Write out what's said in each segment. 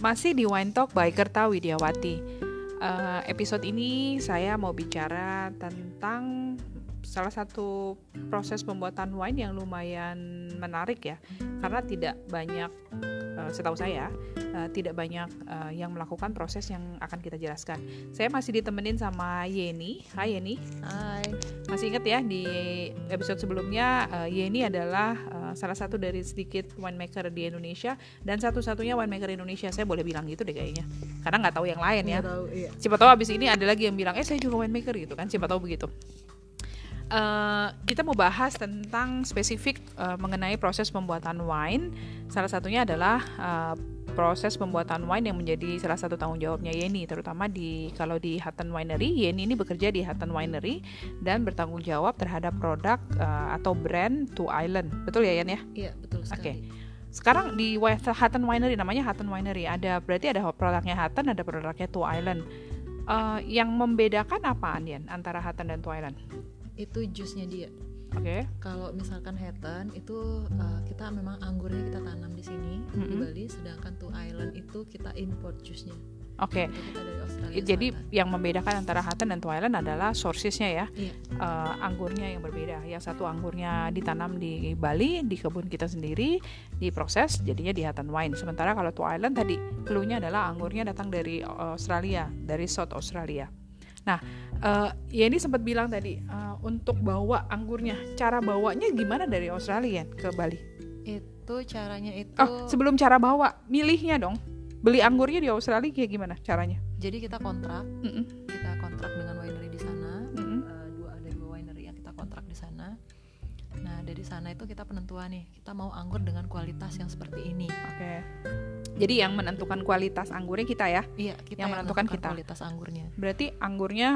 Masih di Wine Talk by Kerta Widiawati. Episode ini saya mau bicara tentang salah satu proses pembuatan wine yang lumayan menarik ya, karena tidak banyak, setahu saya, tidak banyak yang melakukan proses yang akan kita jelaskan. Saya masih ditemenin sama Yeni. Hai Yeni. Hai. Masih ingat ya di episode sebelumnya, Yeni adalah salah satu dari sedikit winemaker di Indonesia dan satu-satunya winemaker Indonesia, saya boleh bilang gitu deh kayaknya, karena nggak tahu yang lain ya. Tahu, iya. Siapa tahu abis ini ada lagi yang bilang, saya juga winemaker gitu kan, siapa tahu begitu. Kita mau bahas tentang spesifik mengenai proses pembuatan wine. Salah satunya adalah proses pembuatan wine yang menjadi salah satu tanggung jawabnya Yeni, terutama kalau di Hutton Winery. Yeni ini bekerja di Hutton Winery dan bertanggung jawab terhadap produk atau brand Two Island. Betul ya Yen ya? Iya, betul sekali. Oke. Sekarang di Hutton Winery, namanya Hutton Winery, berarti ada produknya Hutton, ada produknya Two Island. Yang membedakan apaan Yen antara Hutton dan Two Island? Itu jusnya dia. Oke. Kalau misalkan Hutton itu kita memang anggurnya kita tanam di sini di Bali, sedangkan Two Island itu kita import jusnya. Oke. Itu kita dari Australia. Jadi Selatan. yang membedakan antara Hutton dan Two Island adalah sourcesnya ya. Iya. Anggurnya yang berbeda. Yang satu anggurnya ditanam di Bali, di kebun kita sendiri, diproses jadinya di Hutton Wine. Sementara kalau Two Island tadi cluenya adalah anggurnya datang dari Australia, dari South Australia. Nah, ya ini sempat bilang tadi untuk bawa anggurnya, cara bawanya gimana dari Australia ke Bali? Itu caranya itu. Sebelum cara bawa, milihnya dong. Beli anggurnya di Australia kayak gimana caranya? Jadi kita kontrak dengan winery di sana. Ada dua winery yang kita kontrak di sana. Nah dari sana itu kita penentuan nih, kita mau anggur dengan kualitas yang seperti ini. Oke. Jadi yang menentukan kualitas anggurnya kita ya? Iya, kita yang menentukan kita. Kualitas anggurnya. Berarti anggurnya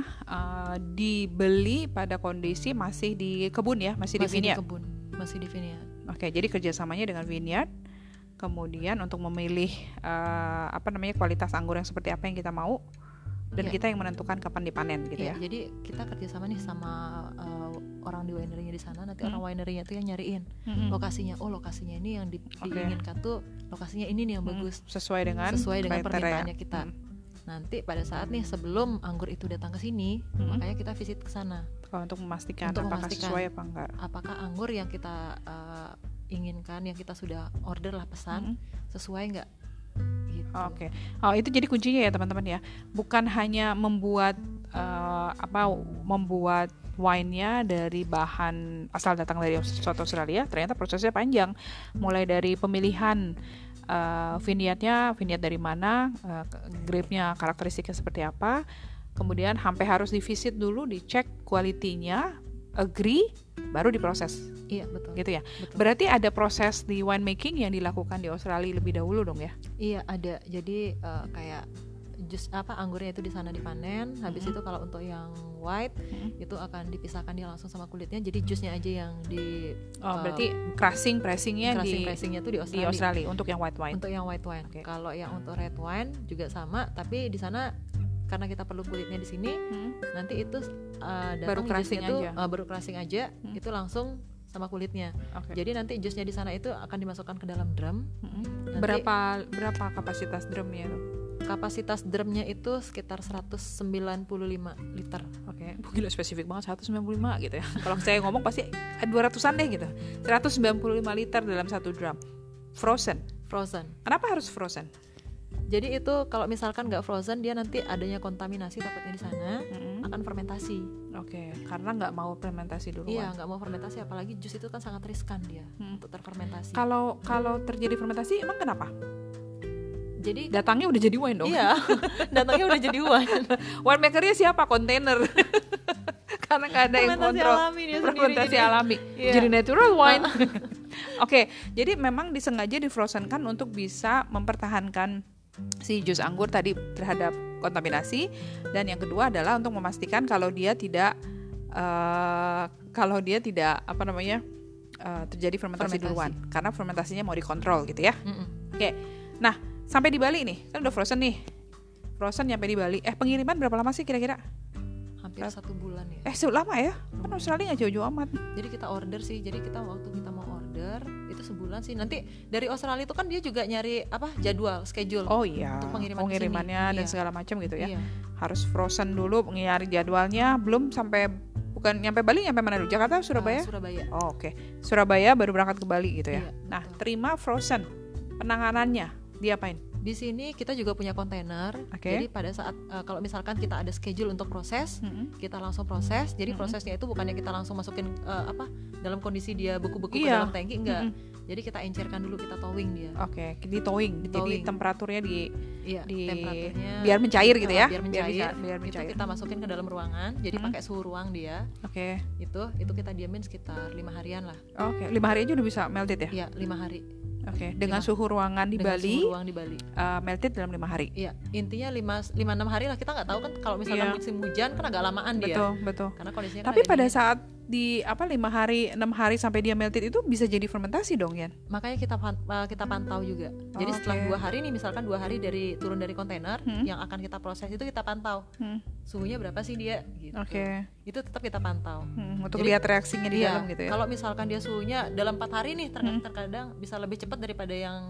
dibeli pada kondisi masih di kebun ya, masih di vineyard. Masih di vineyard. Oke, jadi kerjasamanya dengan vineyard. Kemudian untuk memilih kualitas anggur yang seperti apa yang kita mau, dan kita yang menentukan kapan dipanen gitu ya. Jadi kita kerjasama nih sama orang di winery-nya di sana. Nanti orang winery-nya tuh yang nyariin lokasinya. Oh, lokasinya ini yang diinginkan tuh, lokasinya ini nih yang bagus. Sesuai dengan permintaannya kita. Nanti pada saat nih sebelum anggur itu datang ke sini, makanya kita visit ke sana. Untuk memastikan apakah sesuai apa enggak. Apakah anggur yang kita inginkan, yang kita sudah order lah pesan, sesuai enggak? Gitu. Oke. Itu jadi kuncinya ya teman-teman ya. Bukan hanya membuat wine-nya dari bahan asal datang dari South Australia, ternyata prosesnya panjang. Mulai dari pemilihan vineyard dari mana, grape-nya karakteristiknya seperti apa, kemudian sampai harus divisit dulu, dicek kualitinya, agree, baru diproses. Iya, betul. Gitu ya. Betul. Berarti ada proses di winemaking yang dilakukan di Australia lebih dahulu dong ya? Iya, ada. Jadi kayak anggurnya itu di sana dipanen. Habis itu kalau untuk yang white itu akan dipisahkan dia langsung sama kulitnya. Jadi jusnya aja yang di berarti pressingnya tuh di Australia untuk yang white wine. Untuk yang white wine. Okay. Kalau yang untuk red wine juga sama, tapi di sana karena kita perlu kulitnya di sini, nanti itu baru crushing aja, itu langsung sama kulitnya. Okay. Jadi nanti jusnya di sana itu akan dimasukkan ke dalam drum. Nanti, berapa kapasitas drumnya itu? Kapasitas drumnya itu sekitar 195 liter. Oke, gila spesifik banget 195 gitu ya. Kalau saya ngomong pasti 200-an deh gitu. 195 liter dalam satu drum. Frozen. Kenapa harus frozen? Jadi itu kalau misalkan nggak frozen, dia nanti adanya kontaminasi takutnya di sana, akan fermentasi. Oke, karena nggak mau fermentasi duluan. Iya, nggak mau fermentasi, apalagi jus itu kan sangat riskan dia untuk terfermentasi. Kalau terjadi fermentasi, emang kenapa? Jadi datangnya udah jadi wine dong. Iya, datangnya udah jadi wine. Winemakernya siapa? Kontainer. Karena nggak ada yang kontrol fermentasi alami. Iya. Jadi natural wine. Oke, jadi memang disengaja difrozenkan untuk bisa mempertahankan si jus anggur tadi terhadap kontaminasi, dan yang kedua adalah untuk memastikan kalau dia tidak terjadi fermentasi duluan, karena fermentasinya mau dikontrol gitu ya. Oke. Nah, sampai di Bali nih, kan udah frozen nyampe di Bali. Pengiriman berapa lama sih kira-kira? Hampir 1 bulan ya. Lama ya? Kan Australia nggak jauh-jauh amat. Jadi kita order sih, jadi kita waktu kita mau order order itu sebulan sih. Nanti dari Australia itu kan dia juga nyari jadwal, schedule. Oh iya. Untuk pengirimannya dan segala macam gitu ya. Iya. Harus frozen dulu nyari jadwalnya, belum sampai bukan nyampe Bali, nyampe mana dulu? Jakarta, Surabaya? Surabaya. Oh, oke. Surabaya baru berangkat ke Bali gitu ya. Iya, nah, betul. Terima frozen. Penanganannya diapain? Di sini kita juga punya kontainer. Jadi pada saat kalau misalkan kita ada schedule untuk proses, kita langsung proses. Jadi prosesnya itu bukannya kita langsung masukin dalam kondisi dia beku-beku ke dalam tangki, enggak. Jadi kita encerkan dulu, kita towing dia. Oke, di towing. Jadi temperaturnya di temperaturnya biar mencair gitu ya. Biar mencair. Itu kita masukin ke dalam ruangan. Jadi pakai suhu ruang dia. Oke. Itu kita diamin sekitar 5 harian lah. Oke, 5 hari aja udah bisa melted ya? Iya, 5 hari. Oke, dengan suhu ruangan di Bali. Suhu ruang di Bali. Melted dalam 5 hari. Iya, intinya 5-6 hari lah. Kita nggak tahu kan kalau misalnya musim hujan kan agak lamaan dia. Betul. Karena kondisinya tapi pada saat di 5 hari 6 hari sampai dia melted itu bisa jadi fermentasi dong, Yan. Makanya kita pantau juga. Jadi setelah 2 hari nih, misalkan 2 hari turun dari kontainer yang akan kita proses itu kita pantau. Suhunya berapa sih dia gitu. Itu tetap kita pantau. Untuk lihat reaksinya di dalam gitu ya. Kalau misalkan dia suhunya dalam 4 hari nih terkadang bisa lebih cepat daripada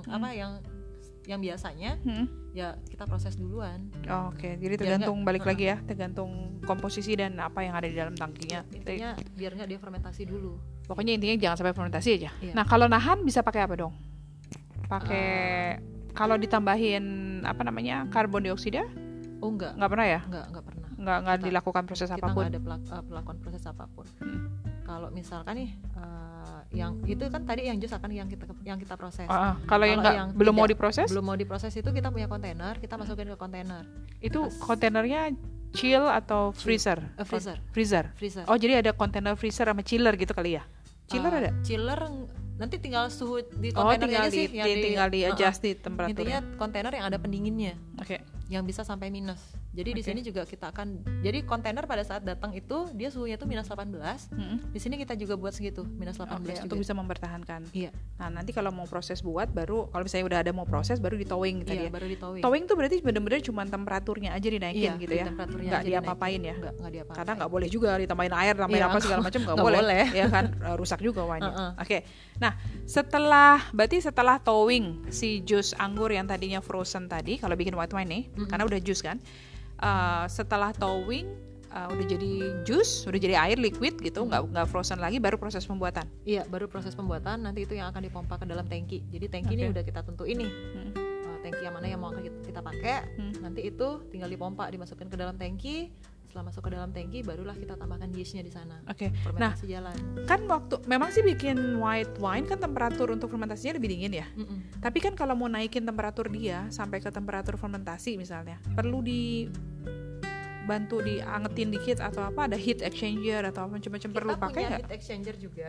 yang biasanya, ya kita proses duluan. Jadi tergantung lagi ya, tergantung komposisi dan apa yang ada di dalam tangkinya. Intinya biar nggak dia fermentasi dulu. Pokoknya intinya jangan sampai fermentasi aja. Iya. Nah kalau nahan bisa pakai apa dong? Pakai kalau ditambahin karbon dioksida? Oh enggak pernah ya? Enggak pernah. Enggak dilakukan proses apapun. Kita nggak ada pelakukan proses apapun. Kalau misalkan nih yang itu kan tadi yang jus akan yang kita proses. Kalau yang belum mau diproses? Belum mau diproses itu kita punya kontainer, kita masukin ke kontainer. Itu kontainernya chill atau freezer? Freezer. Oh, jadi ada kontainer freezer sama chiller gitu kali ya? Chiller ada? Chiller nanti tinggal suhu di kontainernya sih tinggal di adjust di temperatur. Intinya kontainer yang ada pendinginnya. Yang bisa sampai minus. Jadi di sini juga kita akan, jadi kontainer pada saat datang itu dia suhunya tuh minus 18. Di sini kita juga buat segitu minus 18 juga. Untuk bisa mempertahankan. Iya. Nah nanti kalau mau proses buat baru, kalau misalnya udah ada mau proses baru di towing tadi ya. Baru di towing. Towing tuh berarti benar-benar cuma temperaturnya aja dinaikin gitu ya. Nggak diapa-apain ya. Nggak diapa-apain. Karena nggak boleh juga ditambahin air, tambahin apa segala macam nggak boleh. Ya kan rusak juga wine-nya. Nah berarti setelah towing si jus anggur yang tadinya frozen tadi, kalau bikin white wine nih, karena udah jus kan. Setelah towing udah jadi jus, udah jadi air liquid gitu, nggak frozen lagi, baru proses pembuatan. Iya, baru proses pembuatan. Nanti itu yang akan dipompa ke dalam tangki. Jadi tangki ini udah kita tentuin nih, tangki yang mana yang mau kita pakai. Nanti itu tinggal dipompa, dimasukin ke dalam tangki. Setelah masuk ke dalam tangki, barulah kita tambahkan yeastnya di sana. Fermentasi jalan. Kan memang sih bikin white wine kan temperatur untuk fermentasinya lebih dingin ya. Tapi kan kalau mau naikin temperatur dia sampai ke temperatur fermentasi misalnya, perlu dibantu diangetin dikit atau apa? Ada heat exchanger atau macam-macam perlu pakai nggak? Kita punya heat exchanger juga.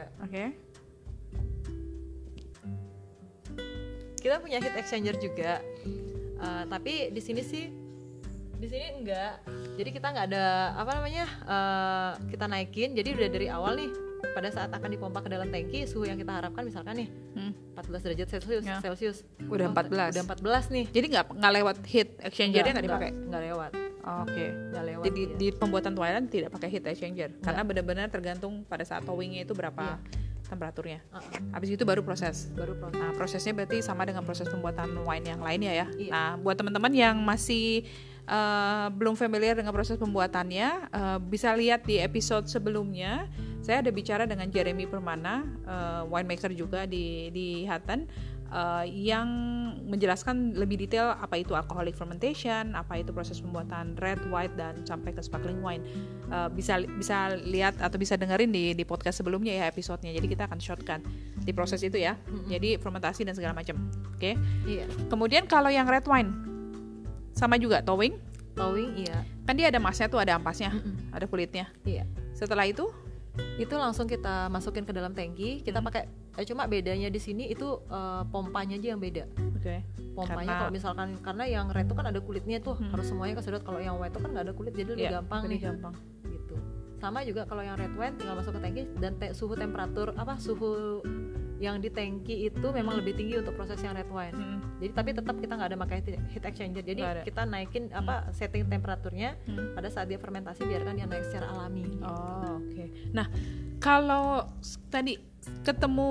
Kita punya heat exchanger juga. Tapi di sini enggak. Jadi kita nggak ada kita naikin. Jadi udah dari awal nih pada saat akan dipompa ke dalam tangki, suhu yang kita harapkan misalkan nih 14 derajat Celcius. Udah 14 nih. Jadi nggak lewat heat exchanger-nya nggak dipakai? Nggak lewat. Nggak lewat. Jadi di pembuatan Twilight tidak pakai heat exchanger karena benar-benar tergantung pada saat towingnya itu berapa temperaturnya. Habis itu baru proses. Nah, prosesnya berarti sama dengan proses pembuatan wine yang lainnya ya. Nah, buat teman-teman yang masih belum familiar dengan proses pembuatannya, bisa lihat di episode sebelumnya. Saya ada bicara dengan Jeremy Permana, winemaker juga di Hutton, yang menjelaskan lebih detail apa itu alcoholic fermentation, apa itu proses pembuatan red, white, dan sampai ke sparkling wine. Bisa lihat atau bisa dengerin di podcast sebelumnya ya episodenya. Jadi kita akan shortcut di proses itu ya. Jadi fermentasi dan segala macam. Kemudian kalau yang red wine sama juga towing, iya. Kan dia ada masnya tuh, ada ampasnya, ada kulitnya. Iya. Setelah itu langsung kita masukin ke dalam tangki. Kita pakai cuma bedanya di sini itu pompanya aja yang beda. Pompanya kalau misalkan karena yang red itu kan ada kulitnya tuh, harus semuanya kesedot. Kalau yang white itu kan nggak ada kulit, jadi lebih gampang nih. Gitu. Sama juga kalau yang red wine tinggal masuk ke tangki dan suhu suhu yang di tangki itu memang lebih tinggi untuk proses yang red wine. Jadi tapi tetap kita nggak ada pakai heat exchanger. Jadi kita naikin setting temperaturnya pada saat dia fermentasi, biarkan dia naik secara alami. Nah, kalau tadi ketemu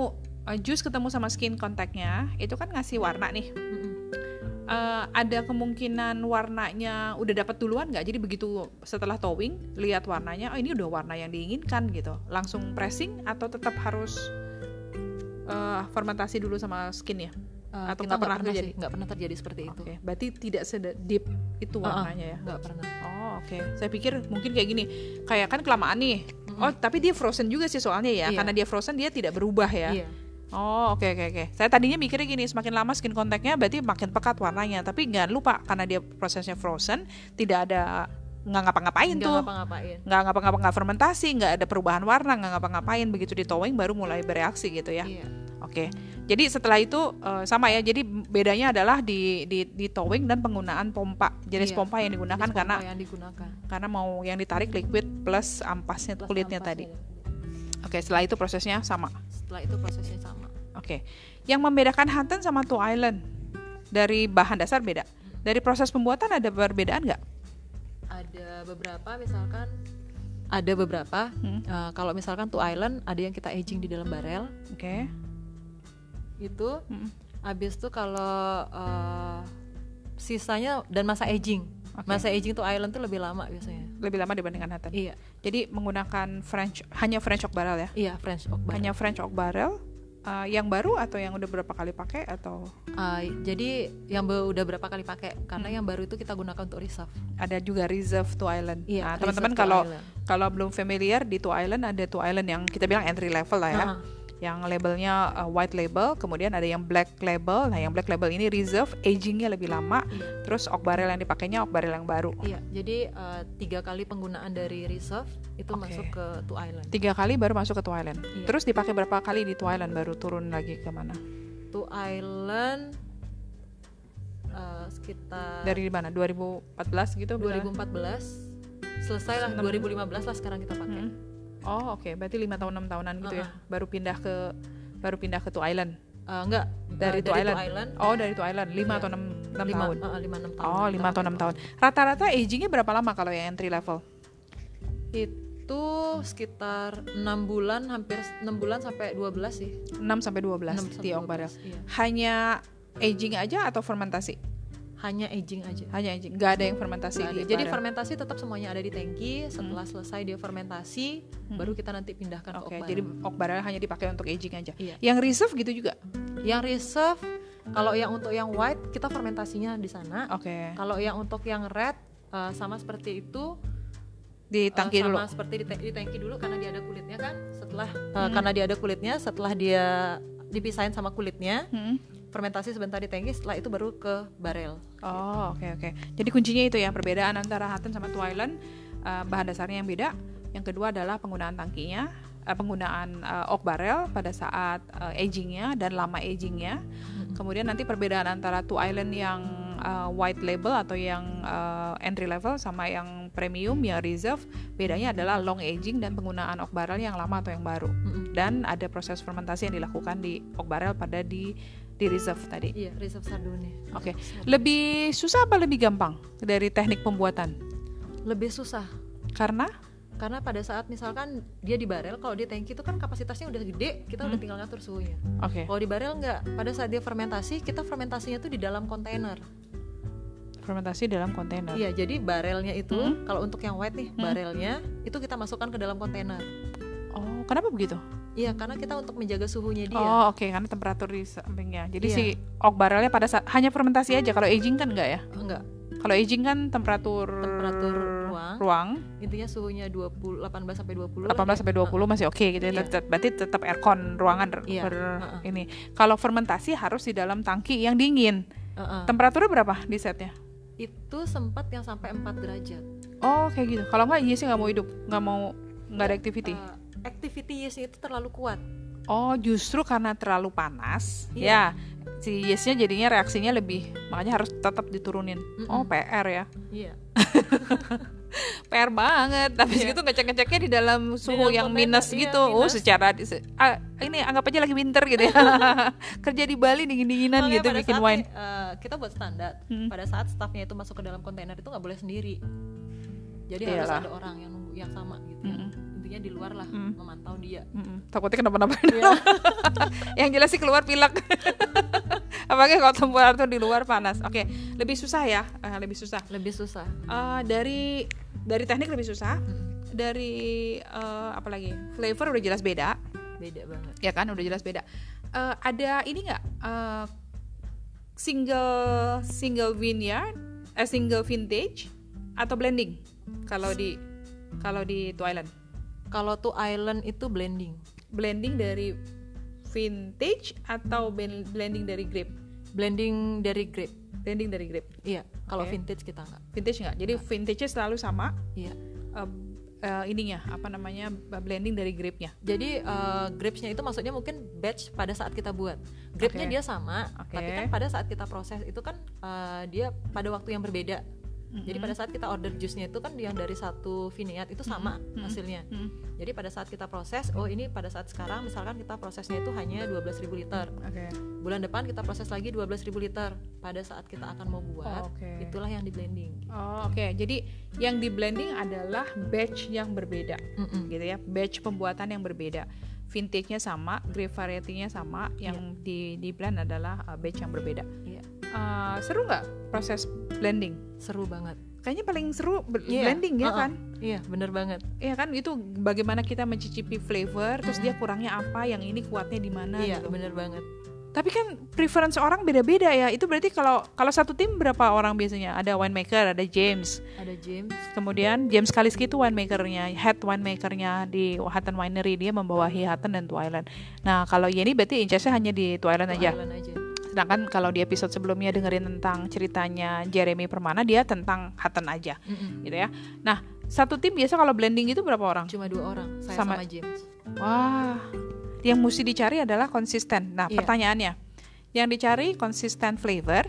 jus ketemu sama skin contactnya itu kan ngasih warna nih. Ada kemungkinan warnanya udah dapat duluan nggak? Jadi begitu setelah towing lihat warnanya, oh ini udah warna yang diinginkan gitu, langsung pressing atau tetap harus fermentasi dulu sama skinnya? Atau nggak pernah terjadi? Nggak pernah terjadi seperti itu. Berarti tidak sedeep itu warnanya ya? Nggak pernah. Oke. Saya pikir mungkin kayak gini, kayak kan kelamaan nih. Oh tapi dia frozen juga sih soalnya ya, karena dia frozen dia tidak berubah ya. Oh oke. Saya tadinya mikirnya gini, semakin lama skin contactnya berarti makin pekat warnanya. Tapi jangan lupa karena dia prosesnya frozen, tidak ada nggak ngapa-ngapain tuh, nggak ngapa-ngapa, nggak fermentasi, nggak ada perubahan warna, nggak ngapa-ngapain. Begitu di towing baru mulai bereaksi gitu ya. Oke. Jadi setelah itu sama ya. Jadi bedanya adalah di towing dan penggunaan pompa, jenis pompa yang digunakan karena mau yang ditarik liquid plus ampasnya kulitnya tadi. Oke, setelah itu prosesnya sama. Oke. Yang membedakan Hutton sama Two Island dari bahan dasar beda. Dari proses pembuatan ada perbedaan nggak? Ada beberapa, misalkan kalau misalkan Two Island ada yang kita aging di dalam barel. Oke. Itu habis itu kalau sisanya dan masa aging. Masa aging Two Island tuh lebih lama biasanya. Lebih lama dibandingkan Hutton. Iya. Jadi menggunakan hanya French oak barrel ya? Iya, French oak barrel. Hanya French oak barrel. Yang baru atau yang udah berapa kali pakai atau? Jadi yang udah berapa kali pakai, karena yang baru itu kita gunakan untuk reserve. Ada juga reserve Two Island. Iya, teman-teman kalau belum familiar di Two Island, ada Two Island yang kita bilang entry level lah ya. Yang labelnya white label, kemudian ada yang black label. Nah, yang black label ini reserve, agingnya lebih lama. Terus oak barrel yang dipakainya oak barrel yang baru. Iya, jadi 3 kali penggunaan dari reserve itu masuk ke Two Island. 3 kali baru masuk ke Two Island. Terus dipakai berapa kali di Two Island baru turun lagi ke mana? Two Island sekitar dari mana? 2014 gitu? 2014 selesai lah, 2015 lah sekarang kita pakai. Oh oke. Berarti 5 tahun 6 tahunan gitu ya. Baru pindah ke Two Island. Enggak, dari Two Island. Oh, dari Two Island 5 atau 6 tahun. 5-6 tahun. Oh, 5 atau 6 tahun. Rata-rata agingnya berapa lama kalau yang entry level? Itu sekitar 6 bulan sampai 12 sih. 6 sampai 12 di oak barrel. Iya. Hanya aging aja atau fermentasi? Hanya aging aja. Nggak ada yang fermentasi di Jadi fermentasi tetap semuanya ada di tangki. Setelah selesai dia fermentasi, baru kita nanti pindahkan ke oak barrel. Jadi oak barrel hanya dipakai untuk aging aja. Yang reserve gitu juga? Yang reserve, kalau yang untuk yang white kita fermentasinya di sana. Kalau yang untuk yang red sama seperti itu di tangki dulu. Sama seperti di tangki dulu karena dia ada kulitnya kan. Karena dia ada kulitnya, setelah dia dipisahin sama kulitnya. Fermentasi sebentar di tangki, setelah itu baru ke barel. Oh oke. Jadi kuncinya itu ya, perbedaan antara Hutton sama Two Island, bahan dasarnya yang beda. Yang kedua adalah penggunaan tangkinya, penggunaan oak barrel pada saat agingnya dan lama agingnya. Kemudian nanti perbedaan antara Two Island yang white label atau yang entry level sama yang premium yang reserve, bedanya adalah long aging dan penggunaan oak barrel yang lama atau yang baru. Dan ada proses fermentasi yang dilakukan di oak barrel pada di reserve tadi. Iya, reserve Chardonnay. Oke. Lebih susah apa lebih gampang dari teknik pembuatan? Lebih susah. Karena pada saat misalkan dia di barel, kalau di tangki itu kan kapasitasnya udah gede, kita udah tinggal ngatur suhunya. Kalau di barel enggak, pada saat dia fermentasi, kita fermentasinya tuh di dalam kontainer. Fermentasi dalam kontainer. Iya, jadi barelnya itu kalau untuk yang white nih, barelnya itu kita masukkan ke dalam kontainer. Oh, kenapa begitu? Iya, karena kita untuk menjaga suhunya dia. Oh, oke, karena temperatur di sampingnya. Jadi si oak barrelnya pada saat hanya fermentasi aja. Kalau aging kan enggak ya? Enggak. Kalau aging kan temperatur ruang. Intinya suhunya 18 sampai 20. 18 sampai 20 masih oke gitu ya. Berarti tetap aircon ruangan ini. Kalau fermentasi harus di dalam tangki yang dingin. Temperaturnya berapa di setnya? Itu sempat yang sampai 4 derajat. Oh, kayak gitu. Kalau enggak yeastnya enggak mau hidup, enggak ada activity. Activity yeastnya itu terlalu kuat. Oh, justru karena terlalu panas, ya si yeastnya jadinya reaksinya lebih, makanya harus tetap diturunin. Oh, PR ya. Iya. PR banget. Tapi segitu ngecek-ngeceknya di dalam suhu yang minus gitu. Oh, secara ini anggap aja lagi winter gitu ya. Kerja di Bali dingin-dinginan gitu bikin wine. Kita buat standar. Pada saat staffnya itu masuk ke dalam kontainer itu nggak boleh sendiri. Jadi harus ada orang yang nunggu yang sama gitu. jadinya di luar lah memantau dia. Takutnya kenapa-napa. Yang jelas sih keluar pilek. Apalagi kalau temperatur di luar panas. Oke, lebih susah ya, lebih susah. Dari teknik lebih susah. Dari apa lagi? Flavor udah jelas beda banget. Ya kan, udah jelas beda. Ada ini nggak? Single vineyard, single vintage atau blending? Kalau di Two Island. Kalau Two Island itu blending. Blending dari vintage atau blending dari grape? Blending dari grape. Iya. Kalau vintage kita nggak. Vintage nggak. Jadi vintage-nya selalu sama. Iya. Ininya apa namanya, blending dari grape-nya. Jadi grapes-nya itu maksudnya mungkin batch pada saat kita buat. Grape-nya dia sama, tapi kan pada saat kita proses itu kan dia pada waktu yang berbeda. Jadi pada saat kita order jus-nya itu kan yang dari satu vineyard itu sama hasilnya. Jadi pada saat kita proses, ini pada saat sekarang misalkan kita prosesnya itu hanya 12.000 liter. Bulan depan kita proses lagi 12.000 liter. Pada saat kita akan mau buat, itulah yang di blending. Jadi yang di blending adalah batch yang berbeda, gitu ya. Batch pembuatan yang berbeda. Vintage-nya sama, grape variety-nya sama, yang di blend adalah batch yang berbeda. Seru nggak proses blending? Seru banget. Kayaknya paling seru blending ya kan? Iya, bener banget. Iya kan, itu bagaimana kita mencicipi flavor, terus dia kurangnya apa, yang ini kuatnya di mana. Iya, gitu. Bener banget. Tapi kan preference orang beda-beda ya. Itu berarti kalau satu tim berapa orang biasanya? Ada winemaker, ada James. Kemudian James Kaliski itu winemakernya, head winemakernya di Hutton Winery, dia membawahi Hutton dan Two Island. Nah kalau Yeni berarti in charge-nya hanya di Two Island aja. Sedangkan kalau di episode sebelumnya dengerin tentang ceritanya Jeremy Permana, dia tentang Hutton aja, gitu ya. Nah, satu tim biasa kalau blending itu berapa orang? Cuma 2 orang, saya sama James. Wah, yang mesti dicari adalah konsisten. Nah, pertanyaannya, yang dicari konsisten flavor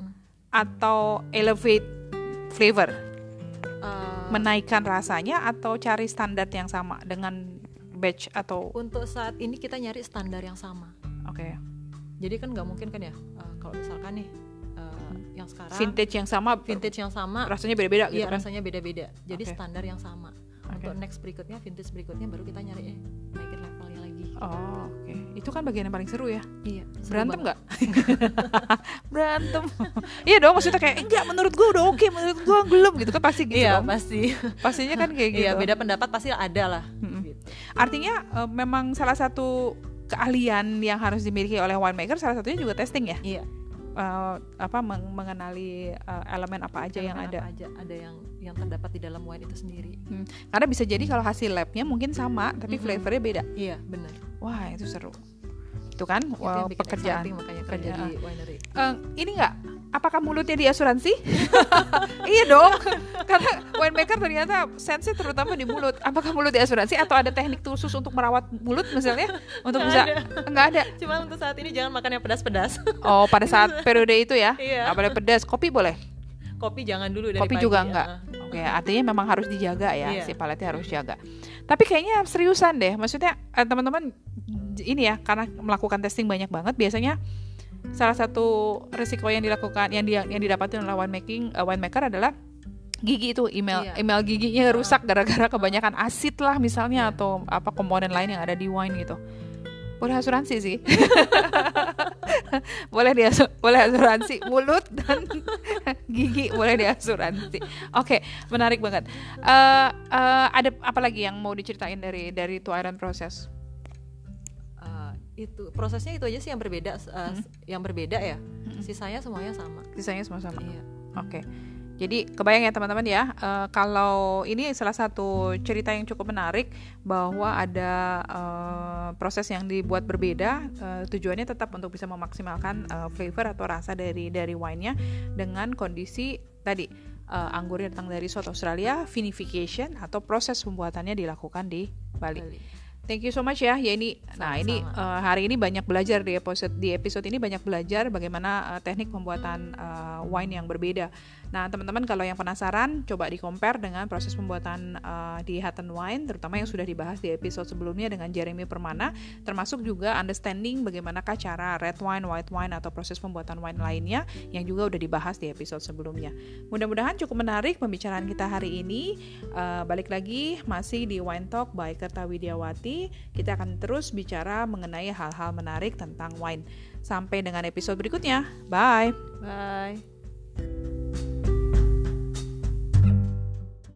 atau elevate flavor, menaikkan rasanya, atau cari standar yang sama dengan batch atau? Untuk saat ini kita nyari standar yang sama. Jadi kan nggak mungkin kan ya, kalau misalkan nih yang sekarang vintage yang sama rasanya beda-beda gitu kan? Rasanya beda-beda. Jadi standar yang sama. Untuk next berikutnya, vintage berikutnya baru kita nyari naikin levelnya lagi. Itu kan bagian yang paling seru ya. Iya. Berantem nggak? Berantem. Iya dong, maksudnya kayak enggak, menurut gue udah oke, menurut gue belum gitu kan, pasti gitu dong. Pastinya kan kayak gitu. Iya, beda pendapat pasti ada lah. Gitu. Artinya memang salah satu keahlian yang harus dimiliki oleh winemaker salah satunya juga testing ya. Iya. Mengenali elemen apa aja yang ada. Ada yang terdapat di dalam wine itu sendiri. Karena bisa jadi kalau hasil labnya mungkin sama tapi flavornya beda. Iya, benar. Wah, itu seru. Itu kan pekerjaan makanya kerja di winery. Ini nggak, apakah mulutnya diasuransi? Iya dong, karena winemaker ternyata sense terutama di mulut. Apakah mulut diasuransi atau ada teknik khusus untuk merawat mulut misalnya untuk nggak ada. Cuma untuk saat ini jangan makan yang pedas-pedas. Pada saat periode itu ya. Iya. Nggak boleh pedas. Kopi boleh? Kopi jangan dulu dari kopi pagi. Juga enggak. Artinya memang harus dijaga ya, si paletnya harus jaga. Tapi kayaknya seriusan deh, maksudnya teman-teman ini ya, karena melakukan testing banyak banget, biasanya salah satu risiko yang dilakukan yang didapatkan oleh winemaker adalah gigi itu, email giginya rusak gara-gara kebanyakan asid lah misalnya, atau apa komponen lain yang ada di wine gitu. Boleh asuransi sih. boleh asuransi mulut dan gigi boleh diasuransi. Oke, menarik banget. Ada apa lagi yang mau diceritain dari Two Island proses? Itu prosesnya itu aja sih yang berbeda, yang berbeda ya. Sisanya semuanya sama. Iya. Oke. Jadi kebayang ya teman-teman ya, kalau ini salah satu cerita yang cukup menarik bahwa ada proses yang dibuat berbeda, tujuannya tetap untuk bisa memaksimalkan flavor atau rasa dari wine-nya dengan kondisi tadi anggur yang datang dari South Australia, vinification atau proses pembuatannya dilakukan di Bali. Thank you so much ya ini. Nah, ini hari ini banyak belajar di episode ini, banyak belajar bagaimana teknik pembuatan wine yang berbeda. Nah, teman-teman kalau yang penasaran, coba di-compare dengan proses pembuatan di Hutton Wine, terutama yang sudah dibahas di episode sebelumnya dengan Jeremy Permana, termasuk juga understanding bagaimanakah cara red wine, white wine, atau proses pembuatan wine lainnya yang juga udah dibahas di episode sebelumnya. Mudah-mudahan cukup menarik pembicaraan kita hari ini. Balik lagi masih di Wine Talk by Kerta Widiawati. Kita akan terus bicara mengenai hal-hal menarik tentang wine. Sampai dengan episode berikutnya. Bye. Bye.